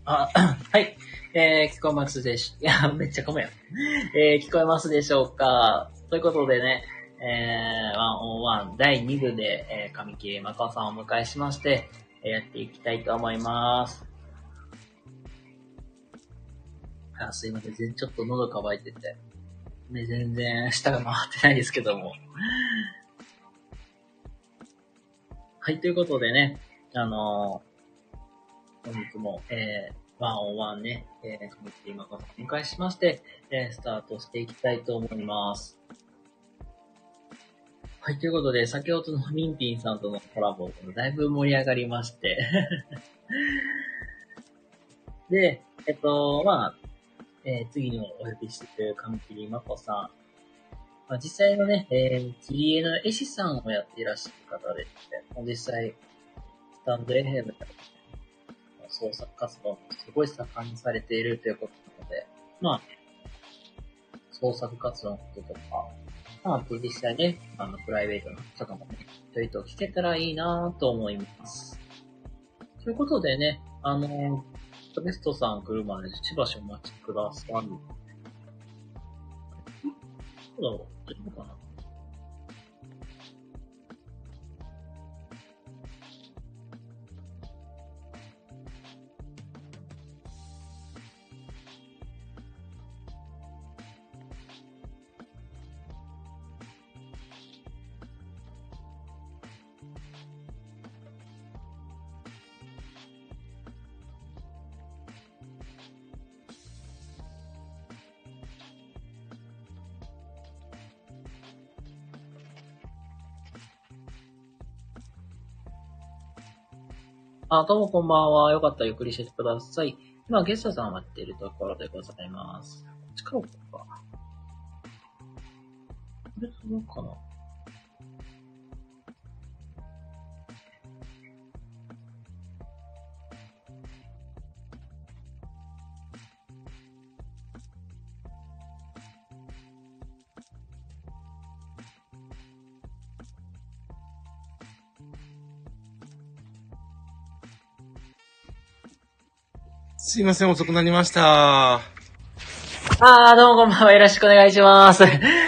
あ、はい。聞こえますでし、いや、めっちゃごめん。聞こえますでしょうか。ということでね、ワンオンワン第2部で、神木まこさんをお迎えしまして、やっていきたいと思います。すいません。ちょっと喉乾いてて。ね、全然舌が回ってないですけども。はい、ということでね、本日も、ワンオンワンね、神木まこさんをお迎えしまして、スタートしていきたいと思います。はい、ということで、先ほどのミンピンさんとのコラボ、だいぶ盛り上がりましてで、次にお呼びしている神切まこさん。実際のね、切り絵の絵師さんをやっていらっしゃる方でして、実際、スタンド FM で創作活動もすごい盛んにされているということなので、創作活動のこととか、実際ね、プライベートのこととかもね、ちょいと聞けたらいいなぁと思います。ということでね、ゲストさん来るまでしばしお待ちください。どうだろう？大丈夫かな？どうもこんばんは。よかったらゆっくりしててください。今、ゲストさん待っているところでございます。こっちから行こうか。これそうかな？ すいません、遅くなりました。 どうもこんばんは。よろしくお願いします。 す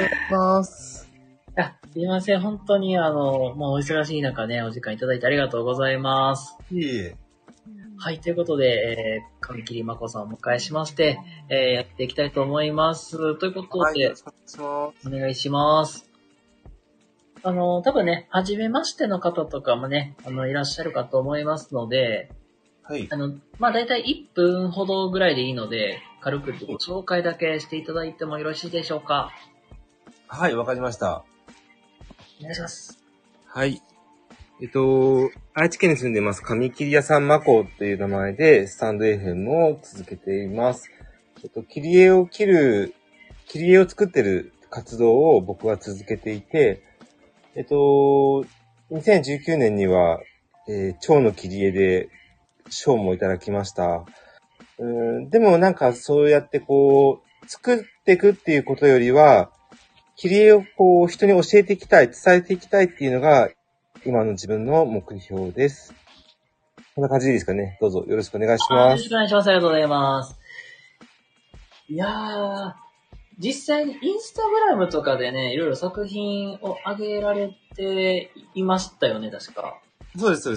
いません。本当にお忙しい中ね、お時間いただいてありがとうございます。 いいえ。 はい、ということで、神切まこさんをお迎えしまして、やっていきたいと思います。ということで、 よろしくお願いします。 お願いします。多分ね、初めましての方とかもね、いらっしゃるかと思いますので、 はい。 だいたい1分ほどぐらいでいいので、軽くご紹介だけしていただいてもよろしいでしょうか。 はい、わかりました。 お願いします。 はい。愛知県に住んでいます、神切り屋さんまこという名前で、スタンド FM を続けています。切り絵を作ってる活動を僕は続けていて、2019年には、蝶の切り絵で賞もいただきました。でもなんかそうやって作っていくっていうことよりは、切り絵を人に教えていきたい、伝えていきたいっていうのが、今の自分の目標です。こんな感じでいいですかね。どうぞよろしくお願いします。 よろしくお願いします。ありがとうございます。いやー、実際にインスタグラムとかでね、いろいろ作品を上げられていましたよね、確か。 そうです。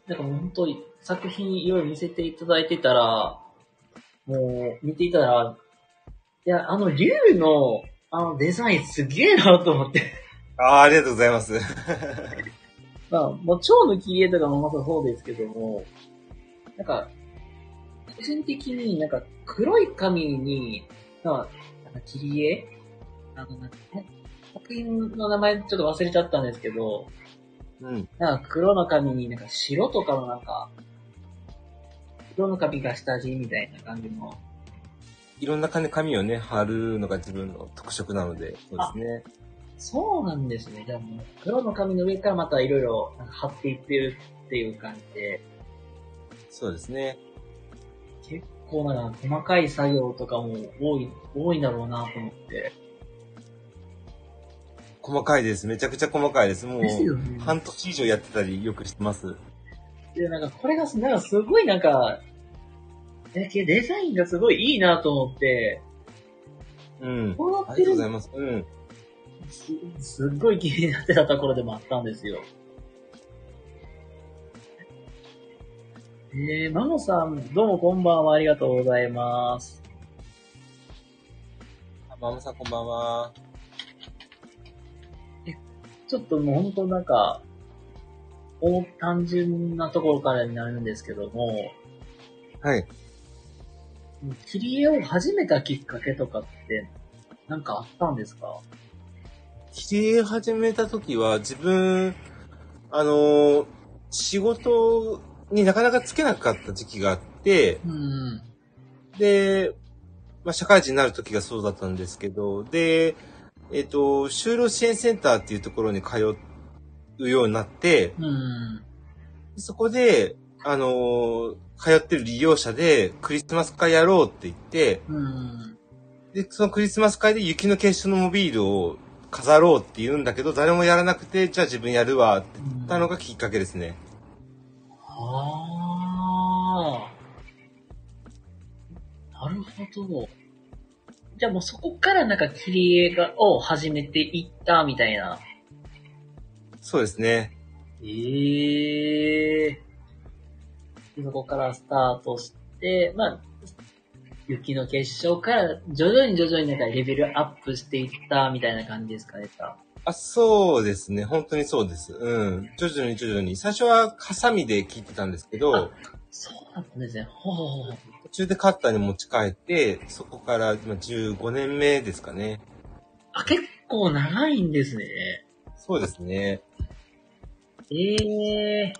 なんかもう本当に作品いろいろ見せていただいてたら、もう見ていたら、いや、竜のデザインすげえなと思って。 ありがとうございます。 もう蝶の切り絵とかもまたそうですけども、なんか、個人的になんか黒い紙に、なんか切り絵作品の名前ちょっと忘れちゃったんですけど、なんか黒の紙になんか白とかのなんか、黒の紙が下地みたいな感じの。 いろんな紙をね、貼るのが自分の特色なので、そうですね。 そうなんですね。じゃあもう、黒の紙の上からまたいろいろ貼っていってるっていう感じで。 そうですね。 結構なんか細かい作業とかも多いんだろうなと思って。 細かいです。めちゃくちゃ細かいです。もう、 ですよね。 半年以上やってたりよくしてます。 で、なんかこれが、なんかすごいなんか、 デザインがすごいいいなと思って、 うん。 こうなあってるりがとうございます。うん。 すっごい気になってたところでもあったんですよ。マモさん、どうもこんばんは、ありがとうございます。 ママさんこんばんは。 ちょっともう本当なんか、単純なところからになるんですけども、 はい。 切り絵を始めたきっかけとかって、なんかあったんですか？ 切り絵始めた時は自分、仕事になかなかつけなかった時期があって、 うん。 で、まあ、社会人になる時がそうだったんですけど、で、就労支援センターっていうところに通うようになって、 うん。 そこで、通ってる利用者でクリスマス会やろうって言って、 うん。 で、そのクリスマス会で雪の結晶のモビールを飾ろうって言うんだけど、誰もやらなくて、じゃあ自分やるわって言ったのがきっかけですね。 ああ、なるほど。じゃあもうそこからなんか切り絵を始めていったみたいな。 そうですね。 ええー。そこからスタートして、まあ、雪の結晶から徐々になんかレベルアップしていったみたいな感じですかね。 あ、そうですね。本当にそうです。うん。徐々に。最初はハサミで切ってたんですけど、 そうだったんですね。ほうほうほう。 途中でカッターに持ち帰って、そこから今15年目ですかね。 あ、結構長いんですね。 そうですね。 ええ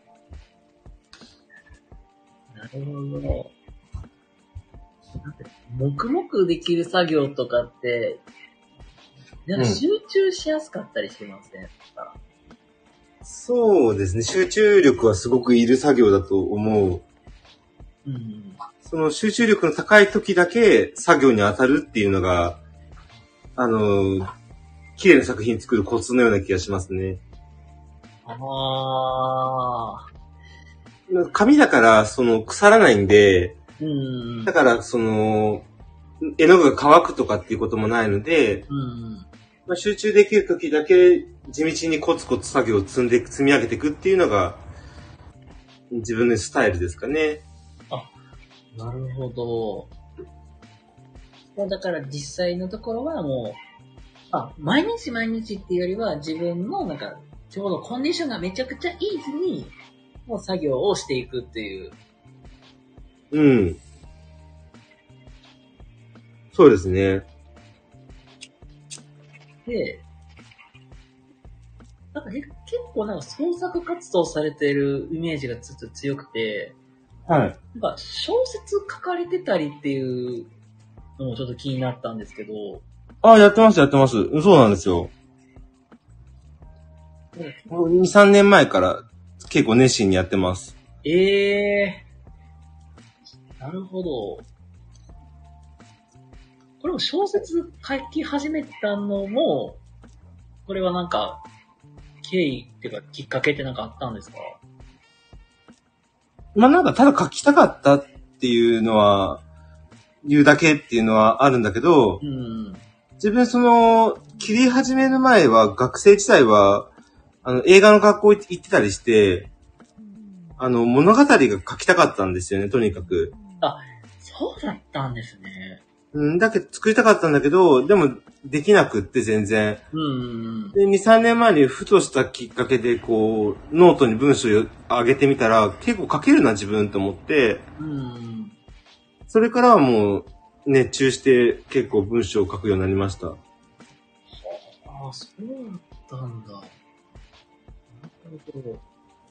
ー。なるほど。なんか黙々できる作業とかって、なんか集中しやすかったりしませんか？ そうですね。集中力はすごくいる作業だと思う。 うん。 その集中力の高い時だけ作業に当たるっていうのが、綺麗な作品作るコツのような気がしますね。 ああ。 紙だから、腐らないんで、 うん。 だから、絵の具が乾くとかっていうこともないので、 うん。 まあ、集中できる時だけ地道にコツコツ作業を積み上げていくっていうのが、自分のスタイルですかね。 あ、なるほど。だから実際のところはもう、毎日っていうよりは自分のなんか、ちょうどコンディションがめちゃくちゃいい日に、もう作業をしていくっていう。 うん。そうですね。 で、なんか結構なんか創作活動されてるイメージがちょっと強くて、 はい。 なんか小説書かれてたりっていうのもちょっと気になったんですけど。 あ、やってます。そうなんですよ。2、3年前から結構熱心にやってます。 なるほど。これも小説書き始めたのも、これはなんか、経緯っていうかきっかけってなんかあったんですか？ まあ、なんかただ書きたかったっていうのは、言うだけっていうのはあるんだけど、 うん。 自分切り始める前は学生時代は、映画の学校行ってたりして、物語が書きたかったんですよね、とにかく。 あ、そうだったんですね。 だけど作りたかったんだけど、でもできなくって全然。で、2、3年前にふとしたきっかけでこう、ノートに文章を上げてみたら、結構書けるな自分と思って、それからはもう熱中して結構文章を書くようになりました。 ああ、そうだったんだ。なるほど。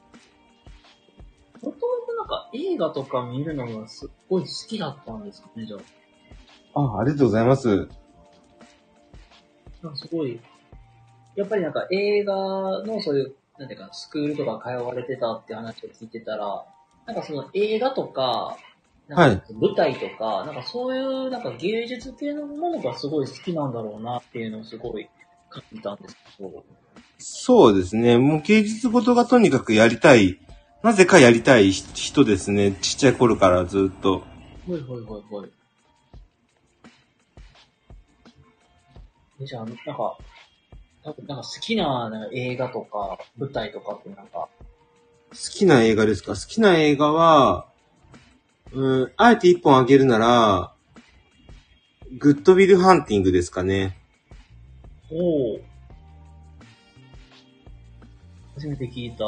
もともとなんか映画とか見るのがすっごい好きだったんですかね、じゃあ。 ありがとうございます。 なんかすごい、やっぱりなんか映画のそういう、なんていうか、スクールとか通われてたって話を聞いてたら、なんかその映画とか、なんか舞台とか、なんかそういうなんか芸術系のものがすごい好きなんだろうなっていうのをすごい感じたんですけど。 そうですね。もう芸術事がとにかくやりたい。なぜかやりたい人ですね。ちっちゃい頃からずっと。 ほいほいほいほい。じゃあ、多分好きな映画とか舞台とかって好きな映画ですか？好きな映画は、あえて一本あげるなら、グッドウィルハンティングですかね。 おー。初めて聞いた。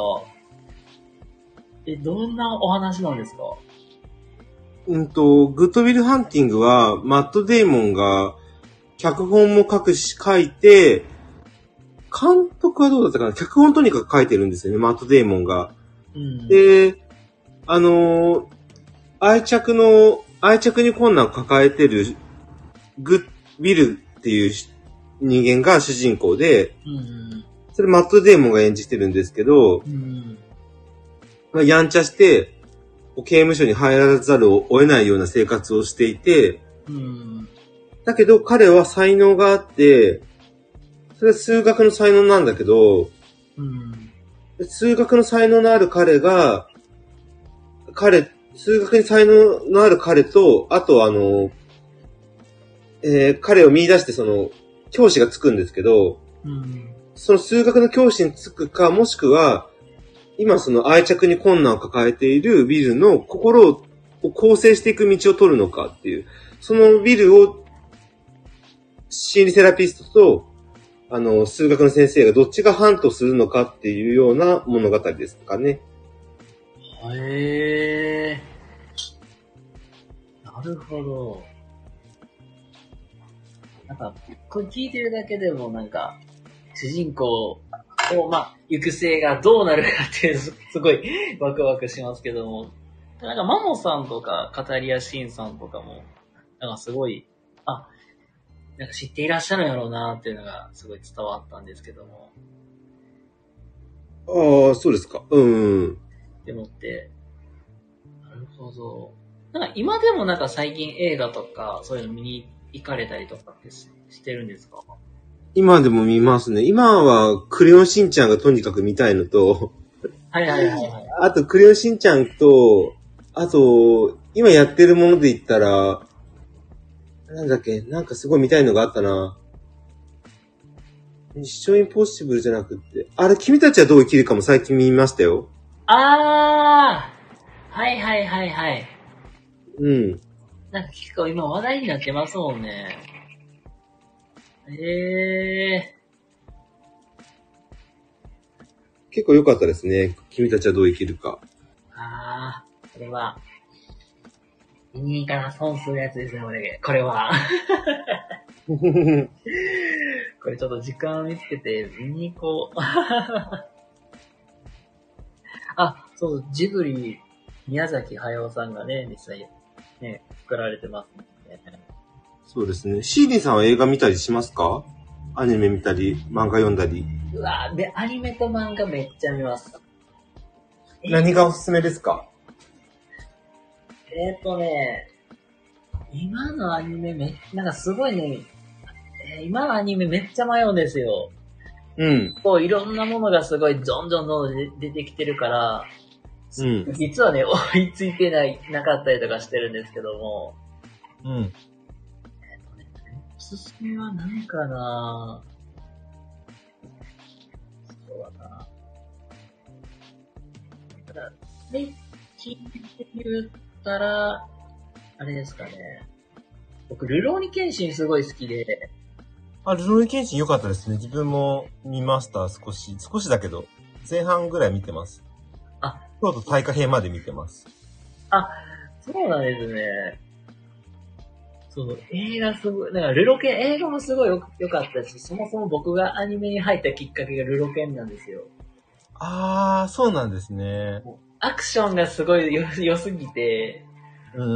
どんなお話なんですか？ グッドウィルハンティングは、マット・デイモンが、脚本も書いて、監督はどうだったかな？脚本とにかく書いてるんですよね、マット・デイモンが。 うん。 で、愛着に困難を抱えてるウィルっていう人間が主人公で、 うん。 それマット・デイモンが演じてるんですけど、 うん。 やんちゃして、刑務所に入らざるを得ないような生活をしていて、 うん。 だけど彼は才能があって、それは数学の才能なんだけど、 うん。 数学の才能のある彼が、数学に才能のある彼と、あと彼を見出して教師がつくんですけど、 うん。 その数学の教師につくか、もしくは、今愛着に困難を抱えているウィルの心を構成していく道を取るのかっていう、そのウィルを心理セラピストと、数学の先生がどっちがハントするのかっていうような物語ですかね。 へえ。なるほど。これ聞いてるだけでも主人公を、行く末がどうなるかっていう、すごいワクワクしますけども、マモさんとか、カタリアシンさんとかも、すごい、知っていらっしゃるんやろうなっていうのがすごい伝わったんですけども。 ああ、そうですか。 でもって、なるほど。今でも最近映画とか、そういうの見に行かれたりとかってしてるんですか？ 今でも見ますね。今はクレヨンしんちゃんがとにかく見たいのと、 はいはいはいはい。 あとクレヨンしんちゃんと、あと、今やってるもので言ったら、なんだっけ、すごい見たいのがあったな。ミッションインポッシブルじゃなくって、あれ、君たちはどう生きるかも最近見ましたよ。 はいはいはいはい。 うん。 結構今話題になってますもんね。 結構良かったですね。君たちはどう生きるか。 これは、見に行かな損するやつですね、これは。これちょっと時間を見つけて見に行こう。そう、ジブリ、宮崎駿さんがね、実際ね、作られてますね。 そうですね。シーディさんは映画見たりしますか？アニメ見たり、漫画読んだり。 で、アニメと漫画めっちゃ見ます。 何がおすすめですか？ 今のアニメすごいね、今のアニメめっちゃ迷うんですよ。 うん。 いろんなものがすごいどんどん出てきてるから、 うん。 実はね、追いついてなかったりとかしてるんですけども。 うん。 おすすめは何かな？そうだな。ただ、最近で言ったら、あれですかね。僕、ルローニケンシンすごい好きで。 ルローニケンシン良かったですね。自分も見ました、少しだけど。前半ぐらい見てます。京都大火編まで見てます。 そうなんですね。そう、映画すごい、ルロケン、映画もすごい良かったし、そもそも僕がアニメに入ったきっかけがルロケンなんですよ。 そうなんですね。 アクションがすごい良すぎて、だから、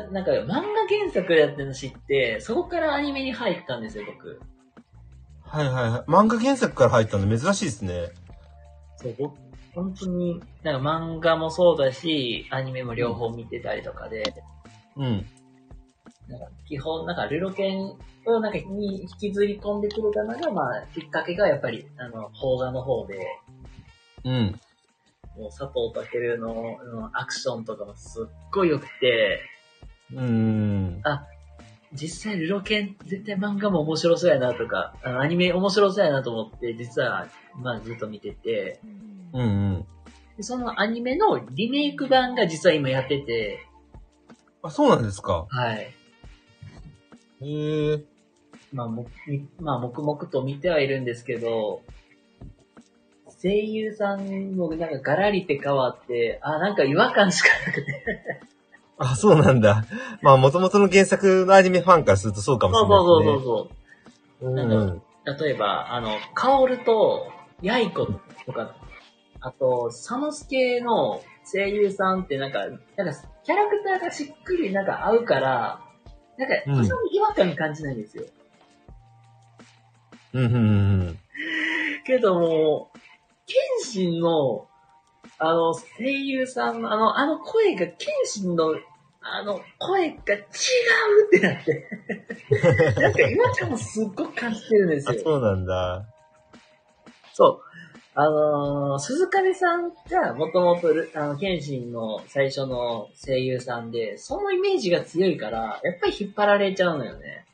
漫画原作やっての知って、そこからアニメに入ったんですよ、僕。 はいはいはい。漫画原作から入ったの珍しいですね。 そう、僕、本当に、漫画もそうだし、アニメも両方見てたりとかで、 うん。 基本、ルロケンをに引きずり込んでくれたのが、きっかけがやっぱり、邦画の方で、 うん。 もう佐藤健のアクションとかもすっごい良くて、 あ、実際ルロケン絶対漫画も面白そうやなとか、アニメ面白そうやなと思って、実は、まあずっと見てて、でそのアニメのリメイク版が実は今やってて、 あ、そうなんですか。 はい。 へえ。 まあ、黙々と見てはいるんですけど、声優さんもなんかガラリって変わって、なんか違和感しかなくて。 あ、そうなんだ。まあ、元々の原作のアニメファンからするとそうかもしれないですね。 そう。なんか、例えば、カオルとヤイコとか、あと、サノスケの声優さんってなんか、キャラクターがしっくりなんか合うから、なんか、非常に違和感感じないんですよ。けども、ケンシンの、声優さんの、声が、ケンシンの、声が違うってなって。なんか違和感もすっごく感じてるんですよ。 そうなんだ。 そう。鈴鹿さんがもともと、ケンシンの最初の声優さんで、そのイメージが強いから、やっぱり引っ張られちゃうのよね。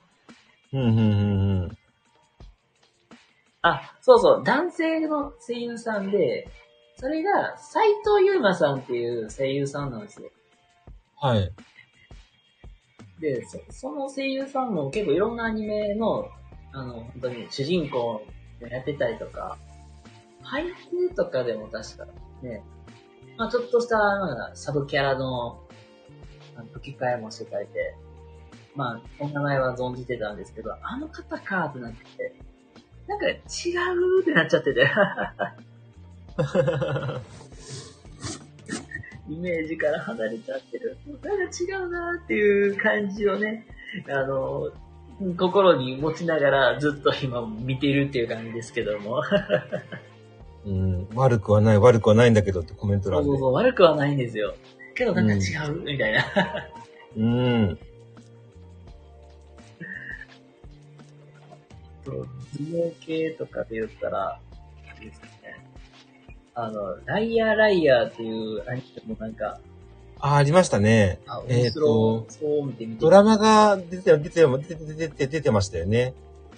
そうそう、男性の声優さんで、それが、斎藤優馬さんっていう声優さんなんですよ。 はい。 で、その声優さんも結構いろんなアニメの、本当に主人公やってたりとか、配給とかでも確かね、まあちょっとした、サブキャラの、吹き替えもしてたりで、まあ、お名前は存じてたんですけど、あの方かってなってて、なんか違うってなっちゃってて。イメージから離れちゃってる。なんか違うなっていう感じをね、心に持ちながらずっと今見てるっていう感じですけども。 悪くはないんだけどってコメント欄で。 そう、悪くはないんですよ。けどなんか違う、みたいな。頭脳系とかで言ったら、いいですかね。ライアーライヤーっていうアニメもなんか、 ありましたね。 そう見てみて。 ドラマが出てましたよね。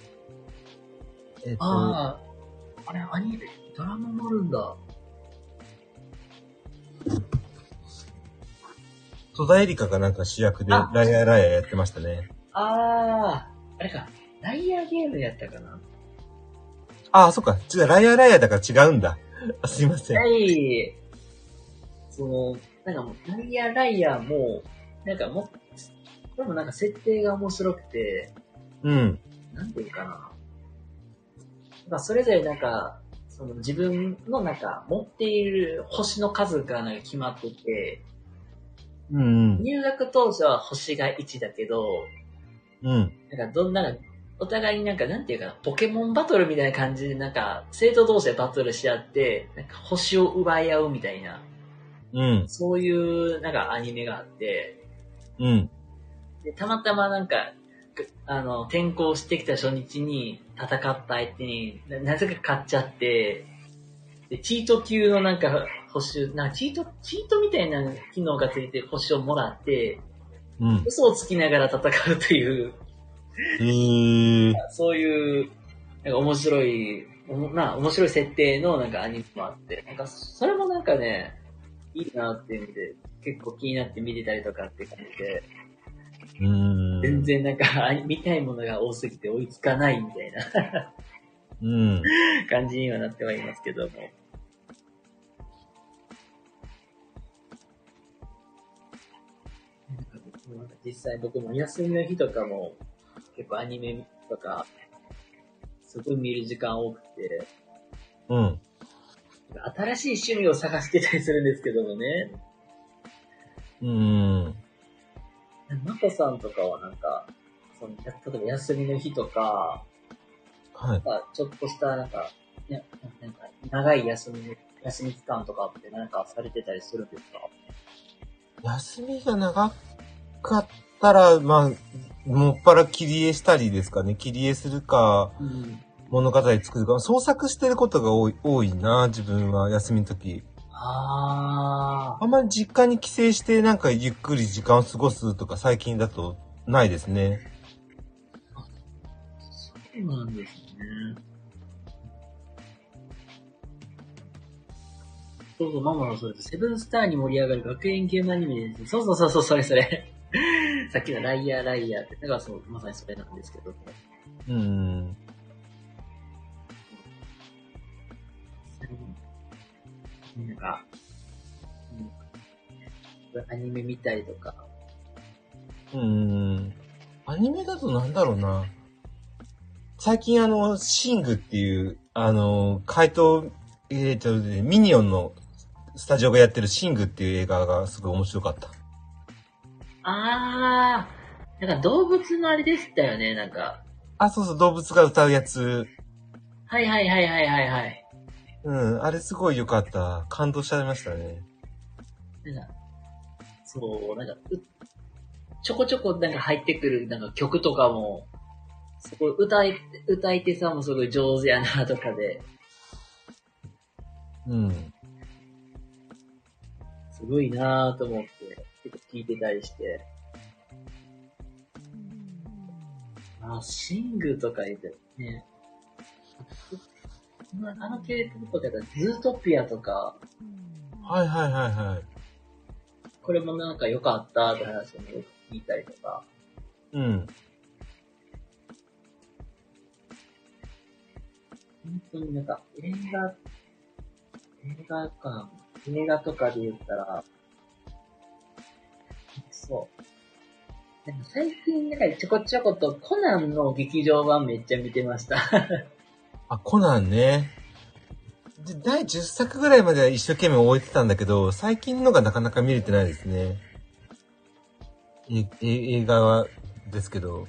あれ、アニメ、ドラマもあるんだ。 戸田恵梨香がなんか主役でライアーライアーやってましたね。 あれか。ライアーゲームやったかな。 そっか。ライアーライアーだから違うんだ。すいません。 はい。なんかもう、ライアーライアーも、なんかでもなんか設定が面白くて、なんていうかな。なんかそれぞれなんか、自分のなんか持っている星の数がなんか決まってて、入学当初は星が1だけど、なんかお互いになんかなんていうかな、ポケモンバトルみたいな感じでなんか、生徒同士でバトルし合って、なんか星を奪い合うみたいな、そういうなんかアニメがあって、でたまたまなんか、転校してきた初日に戦った相手になぜか勝っちゃって、で、チート級のなんか星、チートみたいな機能がついて星をもらって、嘘をつきながら戦うという、そういう、なんか面白い設定のなんかアニメもあって、なんかそれもなんかね、いいなっていう意味で、結構気になって見てたりとかって感じで、全然なんか見たいものが多すぎて追いつかないみたいな感じにはなってはいますけども。実際僕も休みの日とかも結構アニメとかすごい見る時間多くて、新しい趣味を探してたりするんですけどもね。マコさんとかはなんか、例えば休みの日とか、ちょっとしたなんか長い休み期間とかってなんかされてたりするんですか？ 休みが長かったら、まあ、もっぱら切り絵したりですかね。切り絵するか、物語作るか、創作してることが多いな、自分は、休みの時。 ああんまり実家に帰省してなんかゆっくり時間を過ごすとか最近だとないですね。 そうなんですね。そうそう、ママのそれセブンスターに盛り上がる学園系のアニメです。そうそうそうそう、それそれ。さっきのライヤーライヤーって、だからそう、まさにそれなんですけど。なんか、アニメ見たりとか。 アニメだとなんだろうな。最近シングっていう、怪盗、ミニオンのスタジオがやってるシングっていう映画がすごい面白かった。 なんか動物のあれでしたよね、なんか。 あ、そうそう、動物が歌うやつ。 はいはいはいはいはいはい。 あれすごい良かった。感動しちゃいましたね。 なんか、そう、なんか、ちょこちょこなんか入ってくるなんか曲とかも、すごい歌い手さんもすごい上手やなとかで。すごいなぁと思って、結構聞いてたりして。シングとか言ってね。あの系統とかだと、ズートピアとか。 はいはいはいはい。 これもなんか良かったって話もよく聞いたりとか。本当になんか、映画とかで言ったら、そう。なんか最近なんかちょこちょことコナンの劇場版めっちゃ見てました。 あ、コナンね。で、第10作ぐらいまでは一生懸命終えてたんだけど、最近のがなかなか見れてないですね。映画はですけど。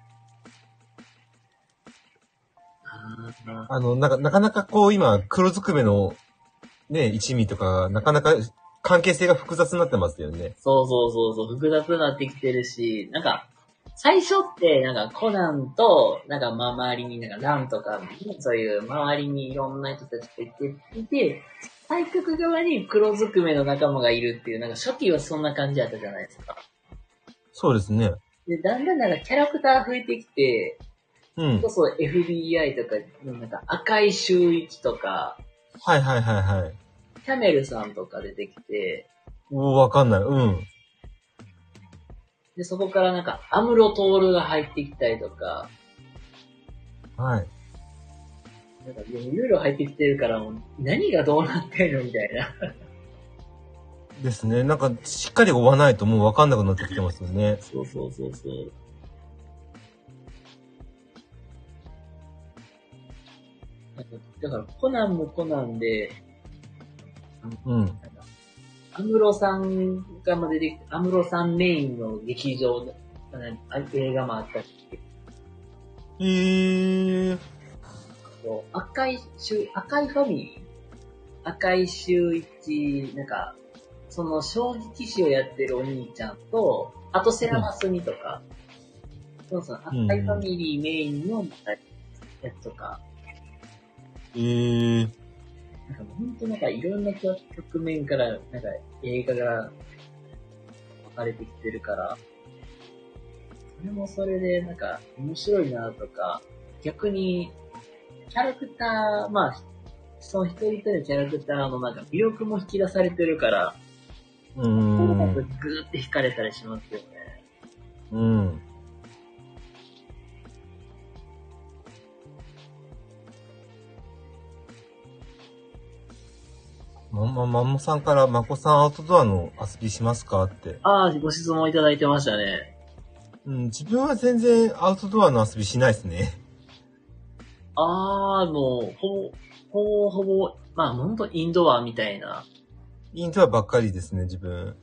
なかなかこう今、黒ずくめのね、一味とか、なかなか関係性が複雑になってますよね。 そうそうそうそう、複雑になってきてるし、なんか、最初って、なんかコナンと、なんか周りになんかランとか、そういう周りにいろんな人たちがいていて、対局側に黒ずくめの仲間がいるっていう、なんか初期はそんな感じだったじゃないですか。 そうですね。 で、だんだんなんかキャラクター増えてきて、こそ FBI とか、なんか赤井秀一とか、 はいはいはいはい。 キャメルさんとか出てきて、 わかんない。 で、そこからなんか、アムロトールが入ってきたりとか、 はい。 なんか、いろいろ入ってきてるから、もう何がどうなってんのみたいな。 ですね。なんか、しっかり追わないともうわかんなくなってきてますよね。 そうそうそうそう。だから、コナンもコナンで、アムロさんが出てきて、アムロさんメインの劇場の映画もあったし、赤いファミリー赤井秀一、なんか、その将棋棋士をやってるお兄ちゃんと、あとセラマスミとか、そうそう、赤井ファミリーメインのやつとか、なんか本当なんかいろんな局面から、なんか映画が分かれてきてるから、それもそれでなんか面白いなとか、逆に、キャラクター、その一人一人のキャラクターのなんか魅力も引き出されてるから、ぐーって惹かれたりしますよね。 マモさんからマコさんアウトドアの遊びしますかって。 ご質問いただいてましたね。 自分は全然アウトドアの遊びしないですね。 もう、ほぼ、ほんとインドアみたいな。 インドアばっかりですね、自分。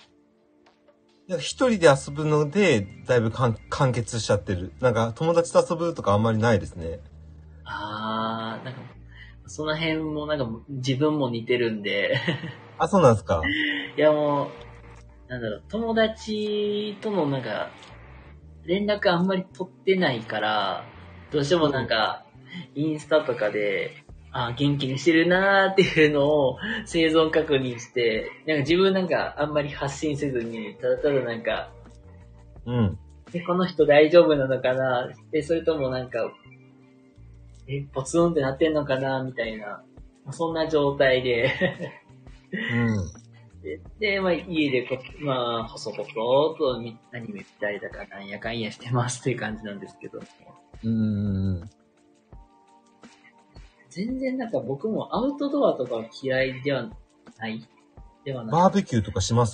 一人で遊ぶので、だいぶ完結しちゃってる。なんか、友達と遊ぶとかあんまりないですね。 なんか、その辺もなんか自分も似てるんで。 そうなんですか。 いやもう、なんだろう、友達とのなんか、連絡あんまり取ってないから、どうしてもなんか、インスタとかで、 元気にしてるなーっていうのを生存確認して、なんか自分なんかあんまり発信せずに、ただただなんか、 うん。 この人大丈夫なのかなそれともなんか、ポツンってなってんのかなみたいな、そんな状態でうん。 で、家で細々とアニメ見たりだからなんやかんやしてますっていう感じなんですけど。全然なんか僕もアウトドアとかは嫌いではない。 バーベキューとかします？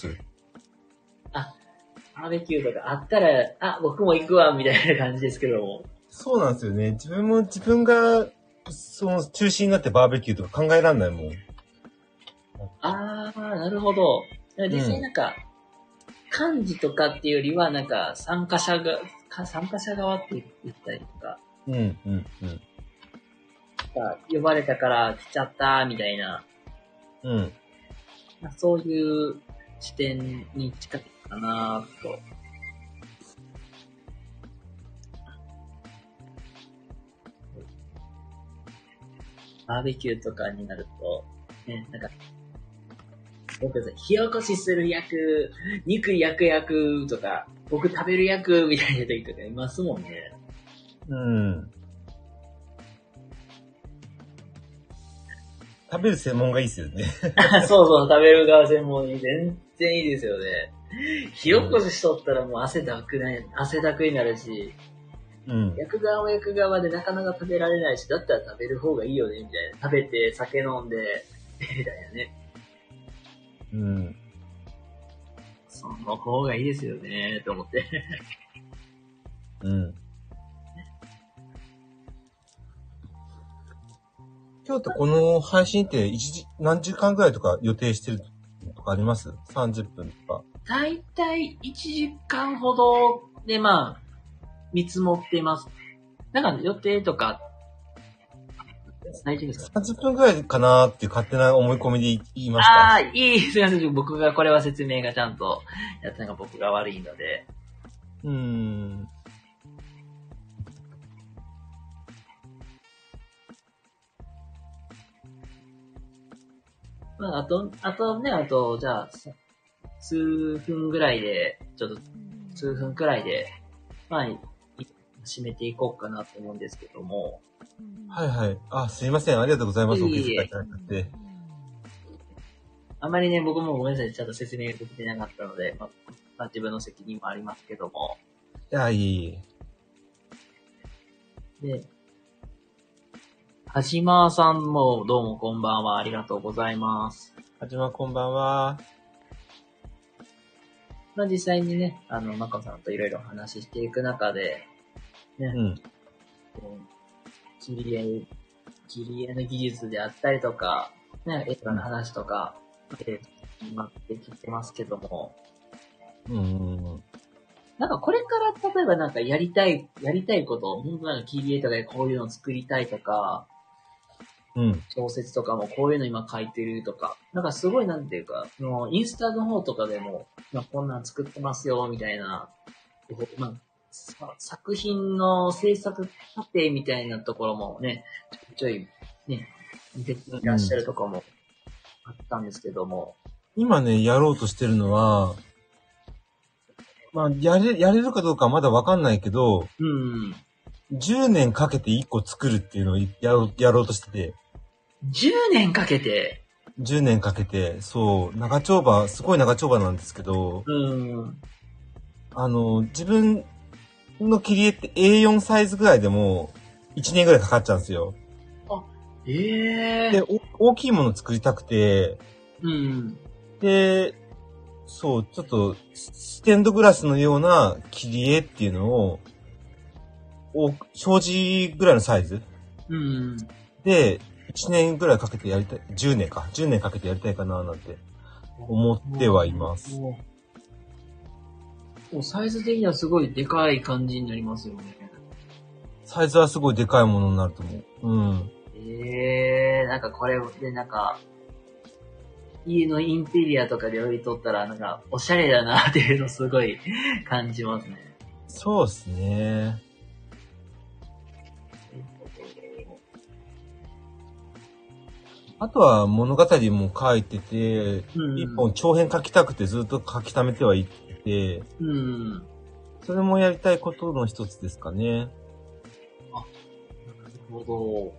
バーベキューとかあったら、僕も行くわ、みたいな感じですけども。 そうなんですよね。自分が、その中心になってバーベキューとか考えらんないもん。 なるほど。実際なんか、幹事とかっていうよりは、なんか、参加者側って言ったりとか。呼ばれたから来ちゃった、みたいな。そういう視点に近いかなと。バーベキューとかになると、ね、なんか、僕さ、火起こしする役、肉焼く役とか、僕食べる役みたいな時とかいますもんね。 食べる専門がいいですよね。 そう、食べる側専門に全然いいですよね。火起こししとったらもう汗だくになるし、焼く側も焼く側でなかなか食べられないし、だったら食べる方がいいよね、みたいな。食べて、酒飲んで、みたいなね。その方がいいですよね、と思って。 今日とこの配信って何時間ぐらいとか予定してるとかあります？ 30 分とか。 だいたい1時間ほどで見積もってます。なんか予定とか、大丈夫ですか？ 30 分ぐらいかなーっていう勝手な思い込みで言いました。 すいません。僕がこれは説明がちゃんとやったのが僕が悪いので。じゃあ、数分くらいで、締めていこうかなと思うんですけども。 はいはい。すいません。ありがとうございます。お気遣いいただいて。 あまりね、僕もごめんなさい。ちゃんと説明ができてなかったので、自分の責任もありますけども。 いい。 で、はじまさんもどうもこんばんは。ありがとうございます。 はじまこんばんは。 実際にね、まこさんといろいろ話していく中で、ね、切り絵の技術であったりとか、ね、映画の話とか、今ってきてますけども、なんかこれから例えばなんかやりたいこと、本当なんか切り絵とかでこういうのを作りたいとか、小説とかもこういうの今書いてるとか、なんかすごいなんていうか、インスタの方とかでも、こんなん作ってますよ、みたいな、作品の制作過程みたいなところもね、ちょいね、見ていらっしゃるところもあったんですけども。 今ね、やろうとしてるのは、やれるかどうかはまだわかんないけど、10年かけて1個作るっていうのをやろうとしてて。 10年かけて ?10 年かけて、そう、すごい長丁場なんですけど、自分の切り絵って A4 サイズぐらいでも1年ぐらいかかっちゃうんですよ。で、大きいもの作りたくて、で、そう、ちょっと、ステンドグラスのような切り絵っていうのを、障子ぐらいのサイズ、で、1年ぐらいかけてやりたい、10年かけてやりたいかななんて思ってはいます。 サイズ的にはすごいでかい感じになりますよね。 サイズはすごいでかいものになると思う。 なんかこれでなんか、家のインテリアとかで置いとったら、なんか、おしゃれだなっていうのすごい感じますね。 そうですね。 あとは物語も書いてて、一本長編書きたくてずっと書き溜めてはいて、それもやりたいことの一つですかね。 あ、なるほど。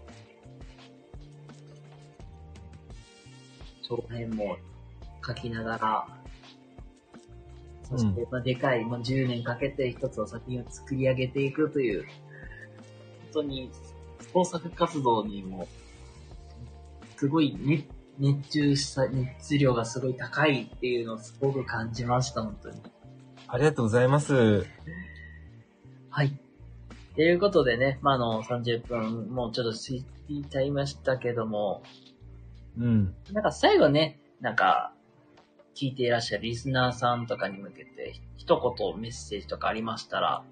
長編も書きながら、そして、でかい、10年かけて一つの作品を作り上げていくという、本当に創作活動にも、すごい熱量がすごい高いっていうのをすごく感じました、本当に。 ありがとうございます。 はい。ということでね、30分、もうちょっと過ぎちゃいましたけども、なんか最後ね、なんか、聞いていらっしゃるリスナーさんとかに向けて、一言メッセージとかありましたら、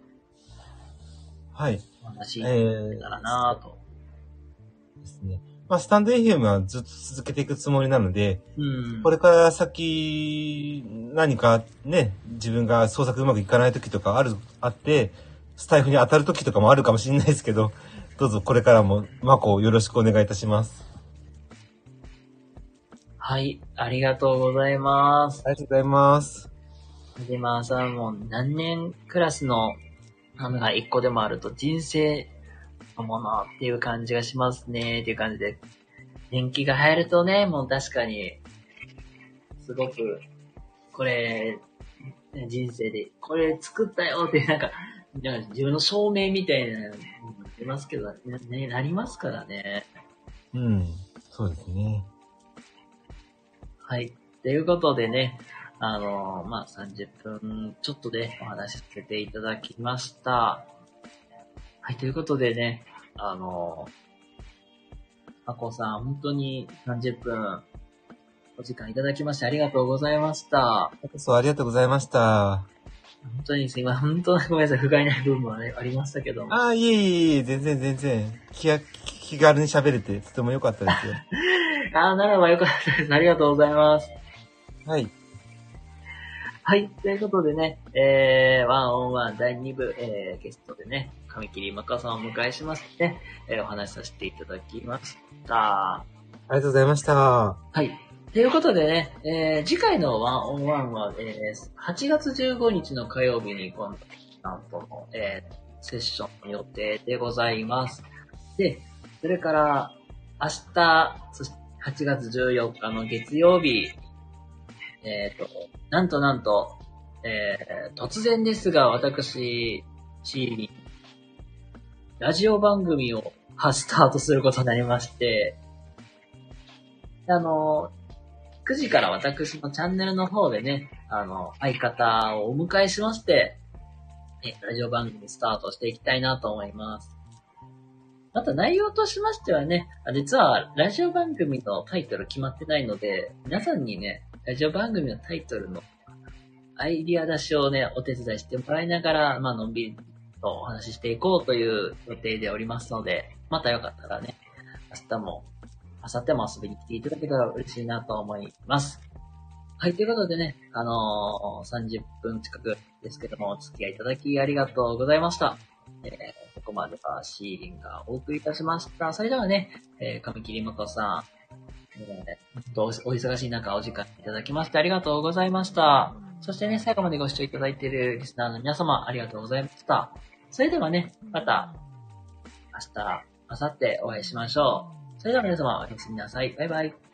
はい。 お話しできたらなぁと。 ですね。スタンド FM はずっと続けていくつもりなので、これから先、何かね、自分が創作うまくいかない時とかあって、スタイフに当たる時とかもあるかもしれないですけど、どうぞこれからもマコをよろしくお願いいたします。 はい、ありがとうございます。 ありがとうございます。 で、さんも何年クラスのが一個でもあると人生のものっていう感じがしますねっていう感じで、年季が入るとね、もう確かに、すごく、これ、人生で、これ作ったよってなんか自分の証明みたいなの出ますけど、ね、なりますからね。 そうですね。 はい。ということでね、30分ちょっとでお話しさせていただきました。はい、ということでね、まこさん、本当に30分お時間いただきましてありがとうございました。 ありがとうございました。 本当に本当ごめんなさい、不甲斐ない部分もありましたけども。 いえ、全然。気軽に喋れてとても良かったですよ。 ならば良かったです。ありがとうございます。 はい。 はい。ということでね、ワンオンワン第2部、ゲストでね、上切まかさんをお迎えしまして、お話しさせていただきました。 ありがとうございました。 はい。ということでね、次回のワンオンワンは、8月15日の火曜日に今度、なんとの、セッションの予定でございます。で、それから、明日、そして8月14日の月曜日、なんと、突然ですが、私、ラジオ番組をスタートすることになりまして、9時から私のチャンネルの方でね、相方をお迎えしまして、ラジオ番組スタートしていきたいなと思います。また内容としましてはね、実はラジオ番組のタイトル決まってないので、皆さんにね、ラジオ番組のタイトルのアイディア出しをね、お手伝いしてもらいながら、のんびりとお話ししていこうという予定でおりますので、またよかったらね、明日も、明後日も遊びに来ていただけたら嬉しいなと思います。はい、ということでね、30分近くですけども、お付き合いいただきありがとうございました。ここまではシーリンがお送りいたしました。それではね、上切元さん、お忙しい中お時間いただきましてありがとうございました。そしてね、最後までご視聴いただいているリスナーの皆様ありがとうございました。それではね、また明日、明後日お会いしましょう。それでは皆様おやすみなさい。バイバイ。